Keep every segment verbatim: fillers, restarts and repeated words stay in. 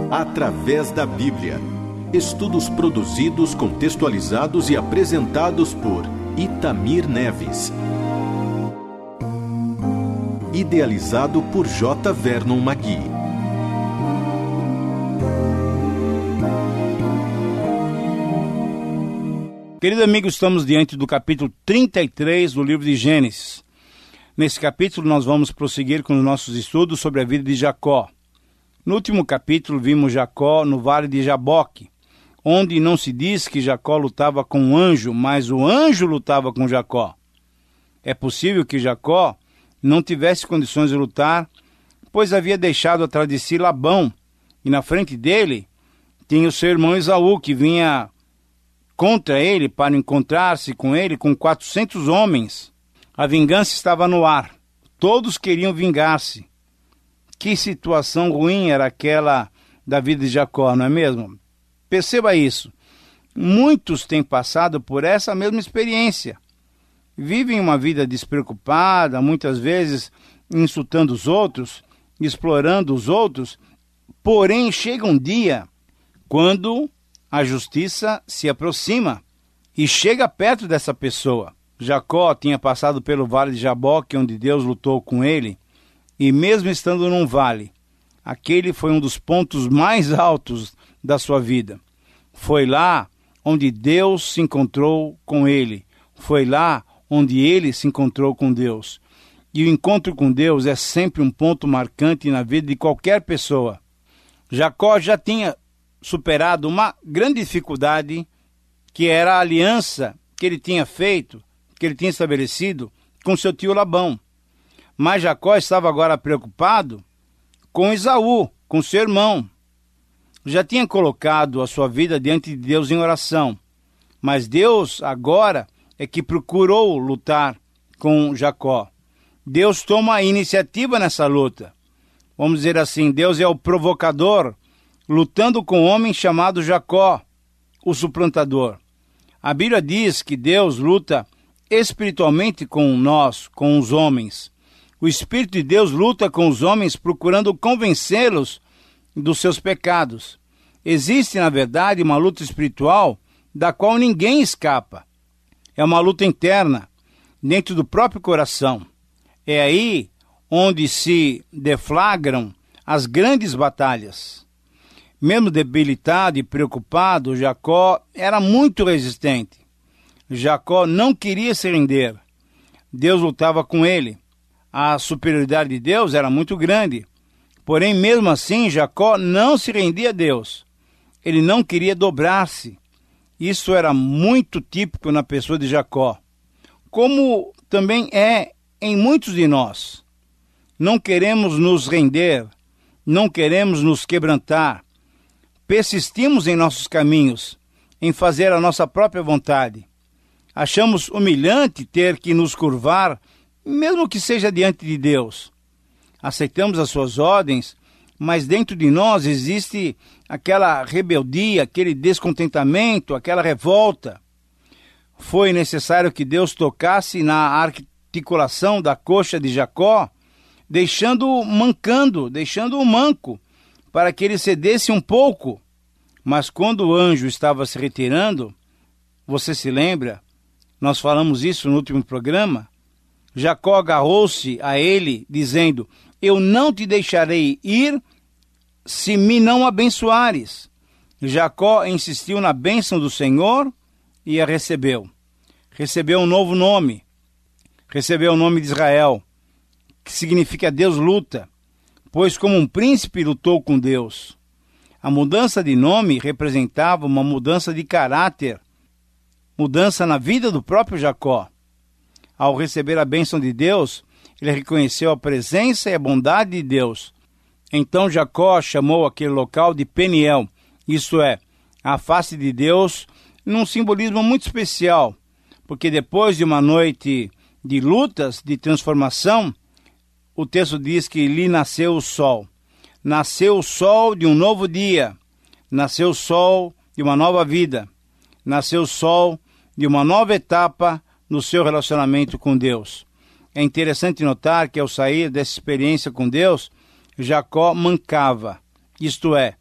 Através da Bíblia. Estudos produzidos, contextualizados e apresentados por Itamir Neves. Idealizado por J. Vernon Magui. Querido amigo, estamos diante do capítulo trinta e três do livro de Gênesis. Nesse capítulo nós vamos prosseguir com os nossos estudos sobre a vida de Jacó. No último capítulo vimos Jacó no vale de Jaboque, onde não se diz que Jacó lutava com um anjo, mas o anjo lutava com Jacó. É possível que Jacó não tivesse condições de lutar, pois havia deixado atrás de si Labão, e na frente dele tinha o seu irmão Esaú, que vinha contra ele para encontrar-se com ele com quatrocentos homens. A vingança estava no ar. Todos queriam vingar-se. Que situação ruim era aquela da vida de Jacó, não é mesmo? Perceba isso. Muitos têm passado por essa mesma experiência. Vivem uma vida despreocupada, muitas vezes insultando os outros, explorando os outros. Porém, chega um dia quando a justiça se aproxima e chega perto dessa pessoa. Jacó tinha passado pelo vale de Jaboque, onde Deus lutou com ele, e mesmo estando num vale, aquele foi um dos pontos mais altos da sua vida. Foi lá onde Deus se encontrou com ele. Foi lá onde ele se encontrou com Deus. E o encontro com Deus é sempre um ponto marcante na vida de qualquer pessoa. Jacó já tinha superado uma grande dificuldade, que era a aliança que ele tinha feito, que ele tinha estabelecido com seu tio Labão. Mas Jacó estava agora preocupado com Esaú, com seu irmão. Já tinha colocado a sua vida diante de Deus em oração, mas Deus agora é que procurou lutar com Jacó. Deus toma a iniciativa nessa luta. Vamos dizer assim, Deus é o provocador, lutando com um homem chamado Jacó, o suplantador. A Bíblia diz que Deus luta espiritualmente com nós, com os homens. O Espírito de Deus luta com os homens procurando convencê-los dos seus pecados. Existe, na verdade, uma luta espiritual da qual ninguém escapa. É uma luta interna, dentro do próprio coração. É aí onde se deflagram as grandes batalhas. Mesmo debilitado e preocupado, Jacó era muito resistente. Jacó não queria se render. Deus lutava com ele. A superioridade de Deus era muito grande. Porém, mesmo assim, Jacó não se rendia a Deus. Ele não queria dobrar-se. Isso era muito típico na pessoa de Jacó. Como também é em muitos de nós. Não queremos nos render. Não queremos nos quebrantar. Persistimos em nossos caminhos, em fazer a nossa própria vontade. Achamos humilhante ter que nos curvar, mesmo que seja diante de Deus. Aceitamos as suas ordens, mas dentro de nós existe aquela rebeldia, aquele descontentamento, aquela revolta. Foi necessário que Deus tocasse na articulação da coxa de Jacó, deixando-o mancando, deixando-o manco, para que ele cedesse um pouco. Mas quando o anjo estava se retirando, você se lembra? Nós falamos isso no último programa. Jacó agarrou-se a ele, dizendo: eu não te deixarei ir se me não abençoares. Jacó insistiu na bênção do Senhor e a recebeu. Recebeu um novo nome. Recebeu o nome de Israel, que significa Deus luta, pois como um príncipe lutou com Deus. A mudança de nome representava uma mudança de caráter, mudança na vida do próprio Jacó. Ao receber a bênção de Deus, ele reconheceu a presença e a bondade de Deus. Então Jacó chamou aquele local de Peniel, isto é, a face de Deus, num simbolismo muito especial, porque depois de uma noite de lutas, de transformação, o texto diz que lhe nasceu o sol. Nasceu o sol de um novo dia, nasceu o sol de uma nova vida, nasceu o sol de uma nova etapa no seu relacionamento com Deus. É interessante notar que ao sair dessa experiência com Deus, Jacó mancava, isto é,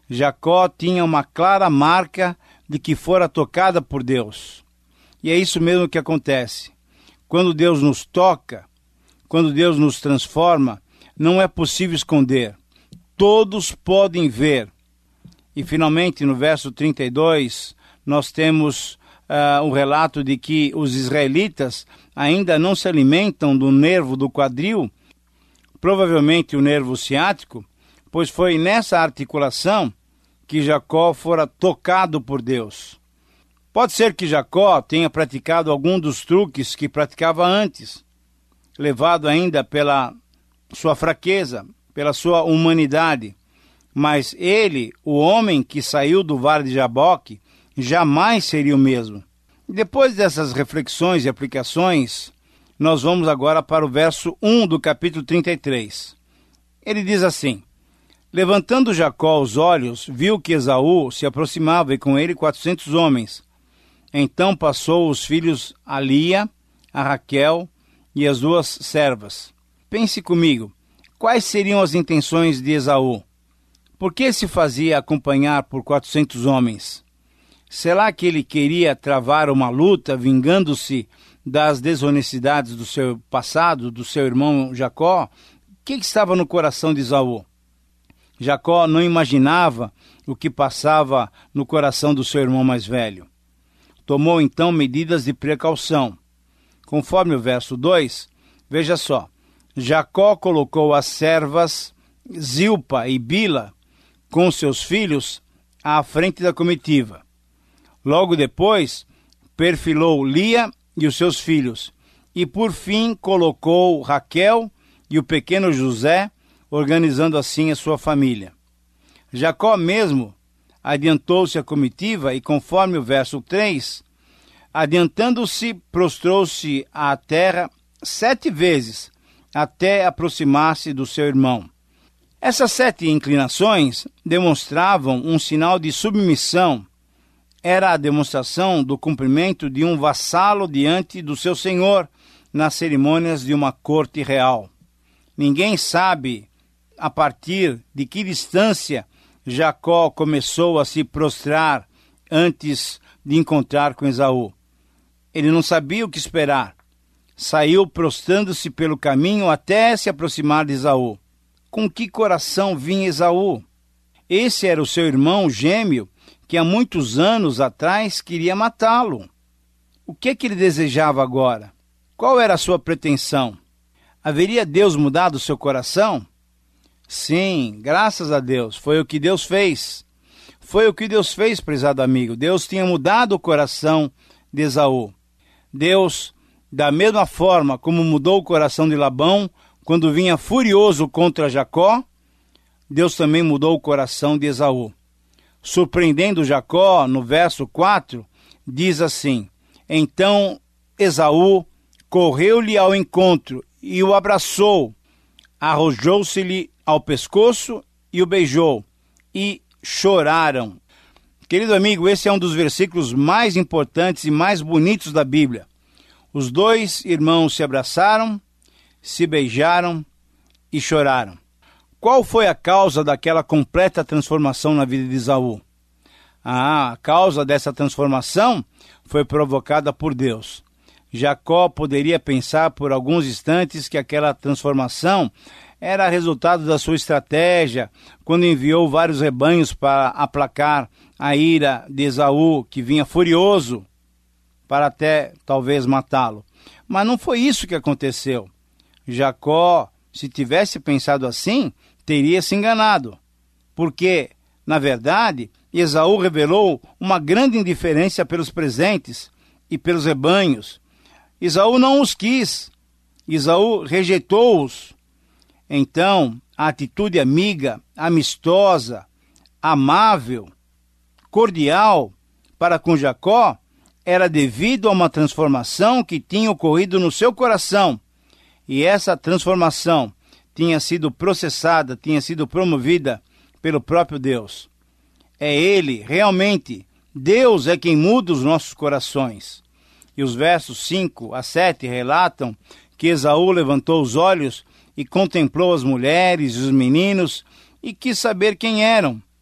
Jacó tinha uma clara marca de que fora tocada por Deus. E é isso mesmo que acontece. Quando Deus nos toca, quando Deus nos transforma, não é possível esconder. Todos podem ver. E finalmente, no verso trinta e dois, nós temos uh, um relato de que os israelitas ainda não se alimentam do nervo do quadril, provavelmente o nervo ciático, pois foi nessa articulação que Jacó fora tocado por Deus. Pode ser que Jacó tenha praticado algum dos truques que praticava antes, levado ainda pela sua fraqueza, pela sua humanidade. Mas ele, o homem que saiu do vale de Jaboque, jamais seria o mesmo. Depois dessas reflexões e aplicações, nós vamos agora para o verso um do capítulo trinta e três. Ele diz assim: levantando Jacó os olhos, viu que Esaú se aproximava e com ele quatrocentos homens. Então passou os filhos a Lia, a Raquel e as duas servas. Pense comigo, quais seriam as intenções de Esaú? Por que se fazia acompanhar por quatrocentos homens? Será que ele queria travar uma luta, vingando-se das desonestidades do seu passado, do seu irmão Jacó? O que estava no coração de Esaú? Jacó não imaginava o que passava no coração do seu irmão mais velho. Tomou então medidas de precaução. Conforme o verso dois, veja só, Jacó colocou as servas Zilpa e Bila com seus filhos à frente da comitiva. Logo depois, perfilou Lia e os seus filhos, e por fim colocou Raquel e o pequeno José, organizando assim a sua família. Jacó mesmo adiantou-se à comitiva e, conforme o verso três, adiantando-se, prostrou-se à terra sete vezes, até aproximar-se do seu irmão. Essas sete inclinações demonstravam um sinal de submissão. Era a demonstração do cumprimento de um vassalo diante do seu senhor nas cerimônias de uma corte real. Ninguém sabe a partir de que distância Jacó começou a se prostrar antes de encontrar com Esaú. Ele não sabia o que esperar. Saiu prostrando-se pelo caminho até se aproximar de Esaú. Com que coração vinha Esaú? Esse era o seu irmão gêmeo que há muitos anos atrás queria matá-lo. O que é que ele desejava agora? Qual era a sua pretensão? Haveria Deus mudado seu coração? Sim, graças a Deus, foi o que Deus fez. Foi o que Deus fez, prezado amigo. Deus tinha mudado o coração de Esaú. Deus, da mesma forma como mudou o coração de Labão, quando vinha furioso contra Jacó, Deus também mudou o coração de Esaú. Surpreendendo Jacó, no verso quatro, diz assim: então Esaú correu-lhe ao encontro e o abraçou, arrojou-se-lhe ao pescoço e o beijou, e choraram. Querido amigo, esse é um dos versículos mais importantes e mais bonitos da Bíblia. Os dois irmãos se abraçaram, se beijaram e choraram. Qual foi a causa daquela completa transformação na vida de Esaú? Ah, a causa dessa transformação foi provocada por Deus. Jacó poderia pensar por alguns instantes que aquela transformação era resultado da sua estratégia, quando enviou vários rebanhos para aplacar a ira de Esaú, que vinha furioso, para até talvez matá-lo. Mas não foi isso que aconteceu. Jacó, se tivesse pensado assim, teria se enganado, porque, na verdade, Esaú revelou uma grande indiferença pelos presentes e pelos rebanhos. Esaú não os quis, Esaú rejeitou-os. Então, a atitude amiga, amistosa, amável, cordial para com Jacó era devido a uma transformação que tinha ocorrido no seu coração. E essa transformação tinha sido processada, tinha sido promovida pelo próprio Deus. É Ele, realmente, Deus é quem muda os nossos corações. E os versos cinco a sete relatam que Esaú levantou os olhos e contemplou as mulheres e os meninos e quis saber quem eram.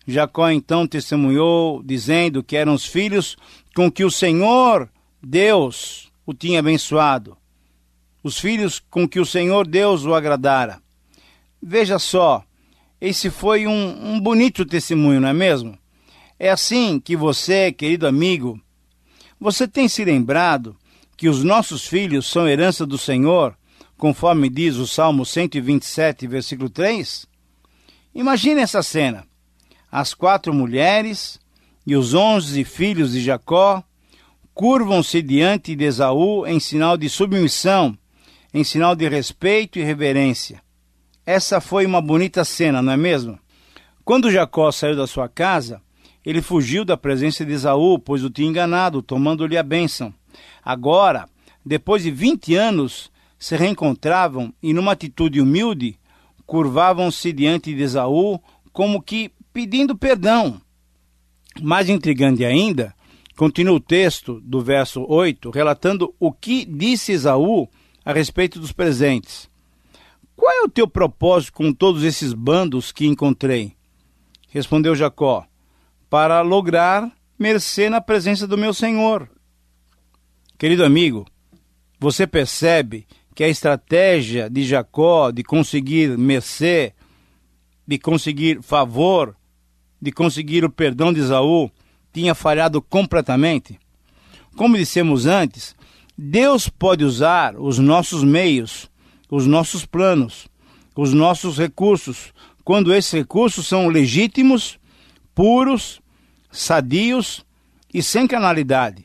Jacó então testemunhou, dizendo que eram os filhos com que o Senhor Deus o tinha abençoado, os filhos com que o Senhor Deus o agradara. Veja só, esse foi um, um bonito testemunho, não é mesmo? É assim que você, querido amigo, você tem se lembrado que os nossos filhos são herança do Senhor, conforme diz o Salmo cento e vinte e sete, versículo três? Imagine essa cena. As quatro mulheres e os onze filhos de Jacó curvam-se diante de Esaú em sinal de submissão, em sinal de respeito e reverência. Essa foi uma bonita cena, não é mesmo? Quando Jacó saiu da sua casa, ele fugiu da presença de Esaú, pois o tinha enganado, tomando-lhe a bênção. Agora, depois de vinte anos, se reencontravam e, numa atitude humilde, curvavam-se diante de Esaú, como que pedindo perdão. Mais intrigante ainda, continua o texto do verso oito, relatando o que disse Esaú a respeito dos presentes. Qual é o teu propósito com todos esses bandos que encontrei? Respondeu Jacó, para lograr mercê na presença do meu Senhor. Querido amigo, você percebe que a estratégia de Jacó de conseguir mercê, de conseguir favor, de conseguir o perdão de Esaú, tinha falhado completamente? Como dissemos antes, Deus pode usar os nossos meios, os nossos planos, os nossos recursos, quando esses recursos são legítimos, puros, sadios e sem carnalidade.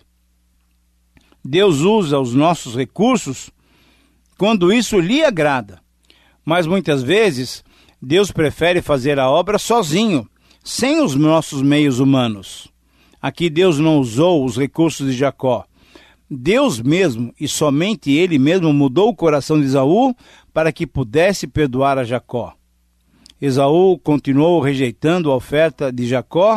Deus usa os nossos recursos quando isso lhe agrada, mas muitas vezes Deus prefere fazer a obra sozinho, sem os nossos meios humanos. Aqui Deus não usou os recursos de Jacó. Deus mesmo, e somente Ele mesmo, mudou o coração de Esaú para que pudesse perdoar a Jacó. Esaú continuou rejeitando a oferta de Jacó,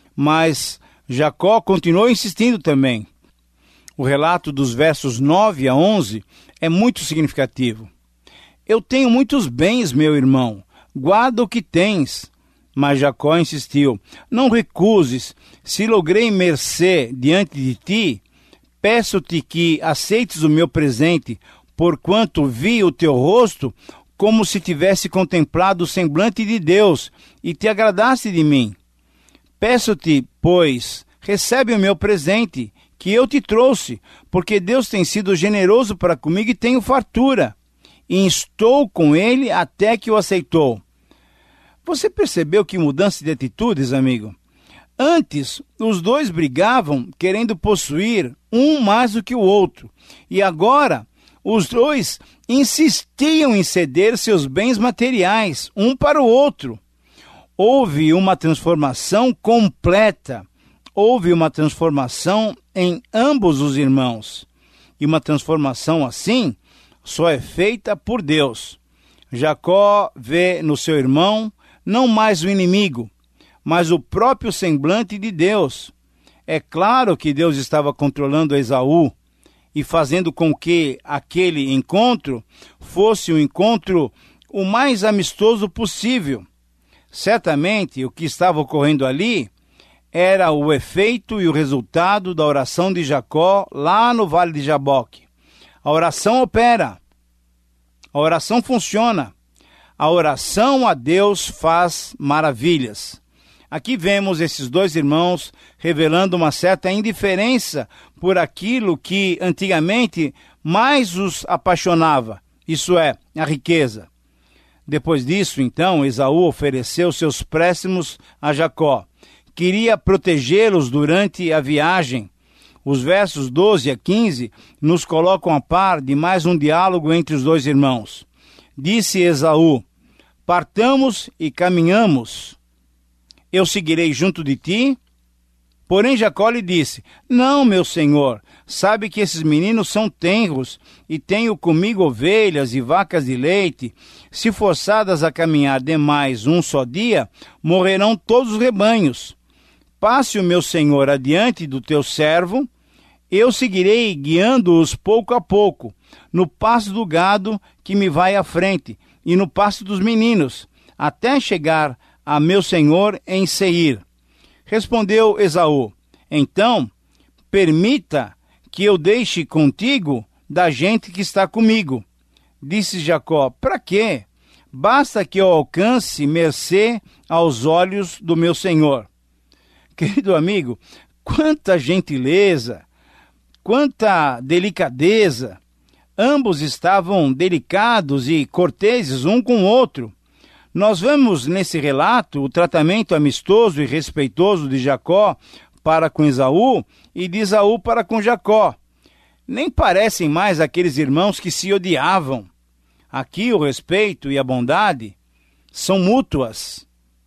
mas Jacó continuou insistindo também. O relato dos versos nove a onze é muito significativo. Eu tenho muitos bens, meu irmão, guarda o que tens. Mas Jacó insistiu, não recuses, se logrei mercê diante de ti, peço-te que aceites o meu presente, porquanto vi o teu rosto como se tivesse contemplado o semblante de Deus e te agradaste de mim. Peço-te, pois, recebe o meu presente, que eu te trouxe, porque Deus tem sido generoso para comigo e tenho fartura, e estou com ele até que o aceitou. Você percebeu que mudança de atitudes, amigo? Antes, os dois brigavam querendo possuir um mais do que o outro. E agora, os dois insistiam em ceder seus bens materiais, um para o outro. Houve uma transformação completa. Houve uma transformação em ambos os irmãos. E uma transformação assim só é feita por Deus. Jacó vê no seu irmão não mais o inimigo, mas o próprio semblante de Deus. É claro que Deus estava controlando Esaú e fazendo com que aquele encontro fosse um encontro o mais amistoso possível. Certamente o que estava ocorrendo ali era o efeito e o resultado da oração de Jacó lá no Vale de Jaboque. A oração opera, a oração funciona. A oração a Deus faz maravilhas. Aqui vemos esses dois irmãos revelando uma certa indiferença por aquilo que antigamente mais os apaixonava, isso é, a riqueza. Depois disso, então, Esaú ofereceu seus préstimos a Jacó. Queria protegê-los durante a viagem. Os versos doze a quinze nos colocam a par de mais um diálogo entre os dois irmãos. Disse Esaú, partamos e caminhamos, eu seguirei junto de ti? Porém Jacó lhe disse, não, meu senhor, sabe que esses meninos são tenros, e tenho comigo ovelhas e vacas de leite. Se forçadas a caminhar demais um só dia, morrerão todos os rebanhos. Passe o meu senhor adiante do teu servo, eu seguirei guiando-os pouco a pouco, no pasto do gado que me vai à frente, e no pasto dos meninos, até chegar a meu senhor em Seir. Respondeu Esaú: então, permita que eu deixe contigo da gente que está comigo. Disse Jacó: para quê? Basta que eu alcance mercê aos olhos do meu senhor. Querido amigo, quanta gentileza, quanta delicadeza. Ambos estavam delicados e corteses um com o outro. Nós vemos nesse relato o tratamento amistoso e respeitoso de Jacó para com Esaú e de Esaú para com Jacó. Nem parecem mais aqueles irmãos que se odiavam. Aqui o respeito e a bondade são mútuas.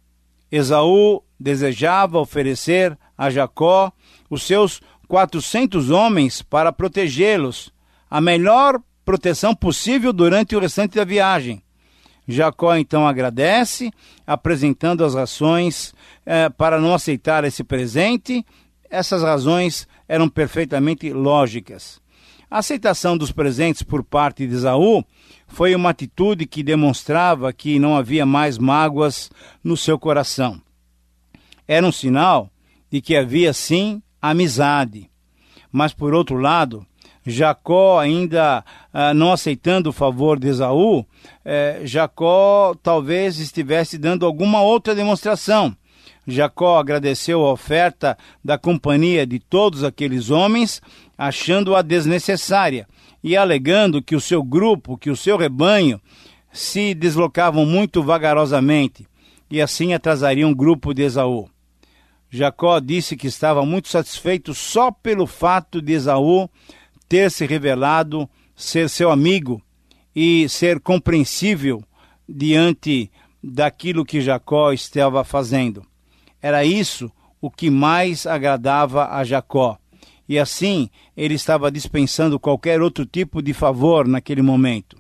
Esaú desejava oferecer a Jacó os seus quatrocentos homens para protegê-los, a melhor proteção possível durante o restante da viagem. Jacó então agradece, apresentando as razões eh, para não aceitar esse presente. Essas razões eram perfeitamente lógicas. A aceitação dos presentes por parte de Esaú foi uma atitude que demonstrava que não havia mais mágoas no seu coração. Era um sinal de que havia, sim, amizade. Mas, por outro lado, Jacó, ainda ah, não aceitando o favor de Esaú, eh, Jacó talvez estivesse dando alguma outra demonstração. Jacó agradeceu a oferta da companhia de todos aqueles homens, achando-a desnecessária e alegando que o seu grupo, que o seu rebanho, se deslocavam muito vagarosamente e assim atrasariam o grupo de Esaú. Jacó disse que estava muito satisfeito só pelo fato de Esaú ter se revelado ser seu amigo e ser compreensível diante daquilo que Jacó estava fazendo. Era isso o que mais agradava a Jacó. E assim ele estava dispensando qualquer outro tipo de favor naquele momento.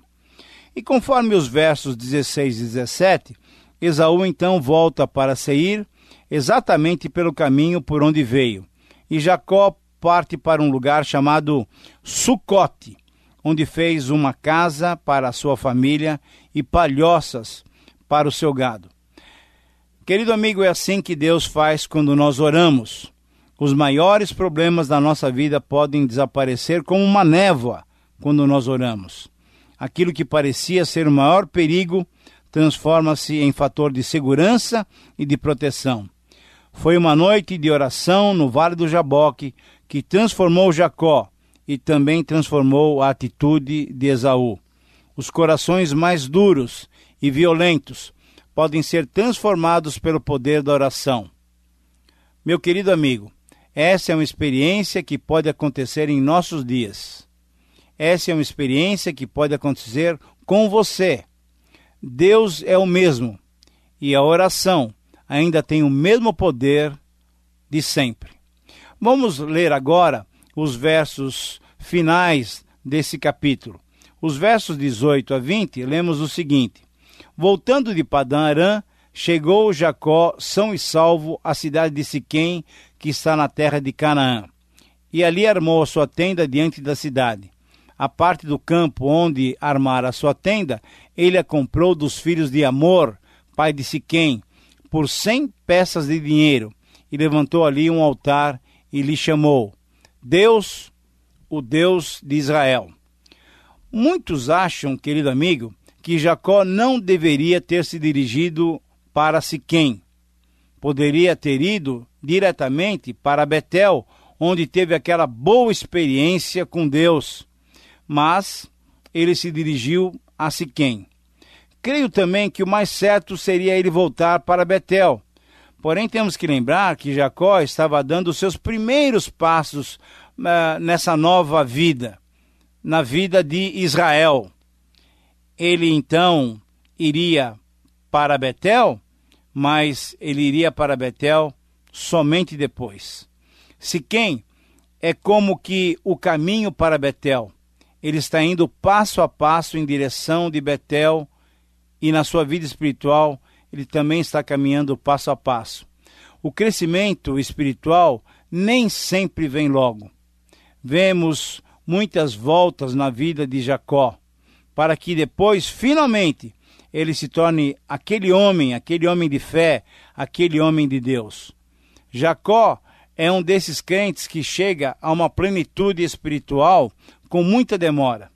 E conforme os versos dezesseis e dezessete, Esaú então volta para Seir, exatamente pelo caminho por onde veio. E Jacó parte para um lugar chamado Sucote, onde fez uma casa para a sua família e palhoças para o seu gado. Querido amigo, é assim que Deus faz quando nós oramos. Os maiores problemas da nossa vida podem desaparecer como uma névoa quando nós oramos. Aquilo que parecia ser o maior perigo transforma-se em fator de segurança e de proteção. Foi uma noite de oração no Vale do Jaboque que transformou Jacó e também transformou a atitude de Esaú. Os corações mais duros e violentos podem ser transformados pelo poder da oração. Meu querido amigo, essa é uma experiência que pode acontecer em nossos dias. Essa é uma experiência que pode acontecer com você. Deus é o mesmo e a oração ainda tem o mesmo poder de sempre. Vamos ler agora os versos finais desse capítulo. Os versos dezoito a vinte, lemos o seguinte: voltando de Padã Arã, chegou Jacó são e salvo à cidade de Siquém, que está na terra de Canaã. E ali armou a sua tenda diante da cidade. A parte do campo onde armara a sua tenda, ele a comprou dos filhos de Amor, pai de Siquém, por cem peças de dinheiro, e levantou ali um altar e lhe chamou Deus, o Deus de Israel. Muitos acham, querido amigo, que Jacó não deveria ter se dirigido para Siquém. Poderia ter ido diretamente para Betel, onde teve aquela boa experiência com Deus, mas ele se dirigiu a Siquém. Creio também que o mais certo seria ele voltar para Betel. Porém, temos que lembrar que Jacó estava dando os seus primeiros passos uh, nessa nova vida, na vida de Israel. Ele então iria para Betel, mas ele iria para Betel somente depois. Siquém é como que o caminho para Betel. Ele está indo passo a passo em direção de Betel e na sua vida espiritual ele também está caminhando passo a passo. O crescimento espiritual nem sempre vem logo. Vemos muitas voltas na vida de Jacó, para que depois, finalmente, ele se torne aquele homem, aquele homem de fé, aquele homem de Deus. Jacó é um desses crentes que chega a uma plenitude espiritual com muita demora,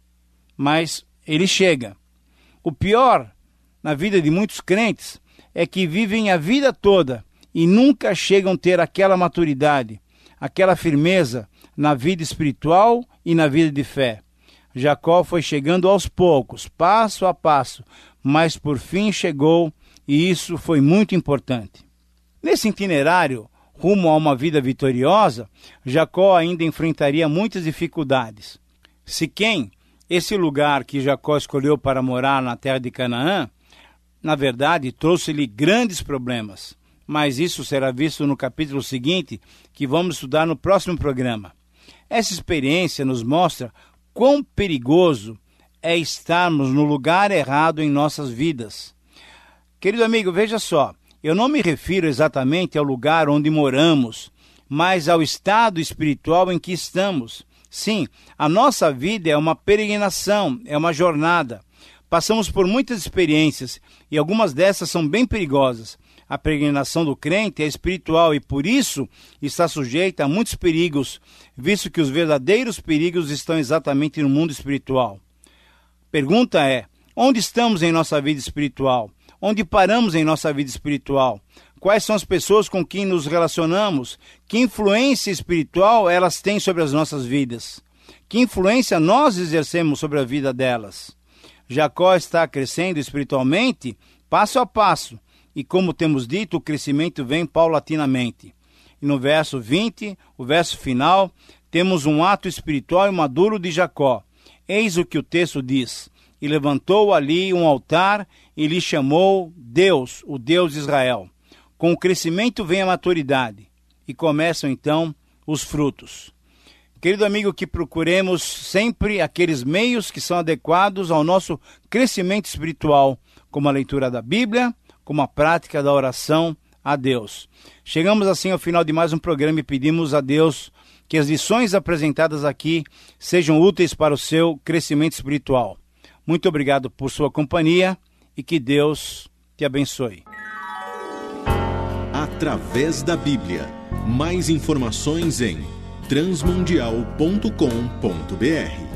mas ele chega. O pior na vida de muitos crentes é que vivem a vida toda e nunca chegam a ter aquela maturidade, aquela firmeza na vida espiritual e na vida de fé. Jacó foi chegando aos poucos, passo a passo, mas por fim chegou, e isso foi muito importante. Nesse itinerário, rumo a uma vida vitoriosa, Jacó ainda enfrentaria muitas dificuldades. Siquém, esse lugar que Jacó escolheu para morar na terra de Canaã, na verdade, trouxe-lhe grandes problemas. Mas isso será visto no capítulo seguinte, que vamos estudar no próximo programa. Essa experiência nos mostra quão perigoso é estarmos no lugar errado em nossas vidas. Querido amigo, veja só, eu não me refiro exatamente ao lugar onde moramos, mas ao estado espiritual em que estamos. Sim, a nossa vida é uma peregrinação, é uma jornada. Passamos por muitas experiências e algumas dessas são bem perigosas. A peregrinação do crente é espiritual e, por isso, está sujeita a muitos perigos, visto que os verdadeiros perigos estão exatamente no mundo espiritual. Pergunta é, onde estamos em nossa vida espiritual? Onde paramos em nossa vida espiritual? Quais são as pessoas com quem nos relacionamos? Que influência espiritual elas têm sobre as nossas vidas? Que influência nós exercemos sobre a vida delas? Jacó está crescendo espiritualmente, passo a passo. E como temos dito, o crescimento vem paulatinamente. E no verso vinte, o verso final, temos um ato espiritual e maduro de Jacó. Eis o que o texto diz. E levantou ali um altar e lhe chamou Deus, o Deus de Israel. Com o crescimento vem a maturidade. E começam então os frutos. Querido amigo, que procuremos sempre aqueles meios que são adequados ao nosso crescimento espiritual, como a leitura da Bíblia, como a prática da oração a Deus. Chegamos assim ao final de mais um programa e pedimos a Deus que as lições apresentadas aqui sejam úteis para o seu crescimento espiritual. Muito obrigado por sua companhia e que Deus te abençoe. Através da Bíblia. Mais informações em transmundial ponto com ponto br.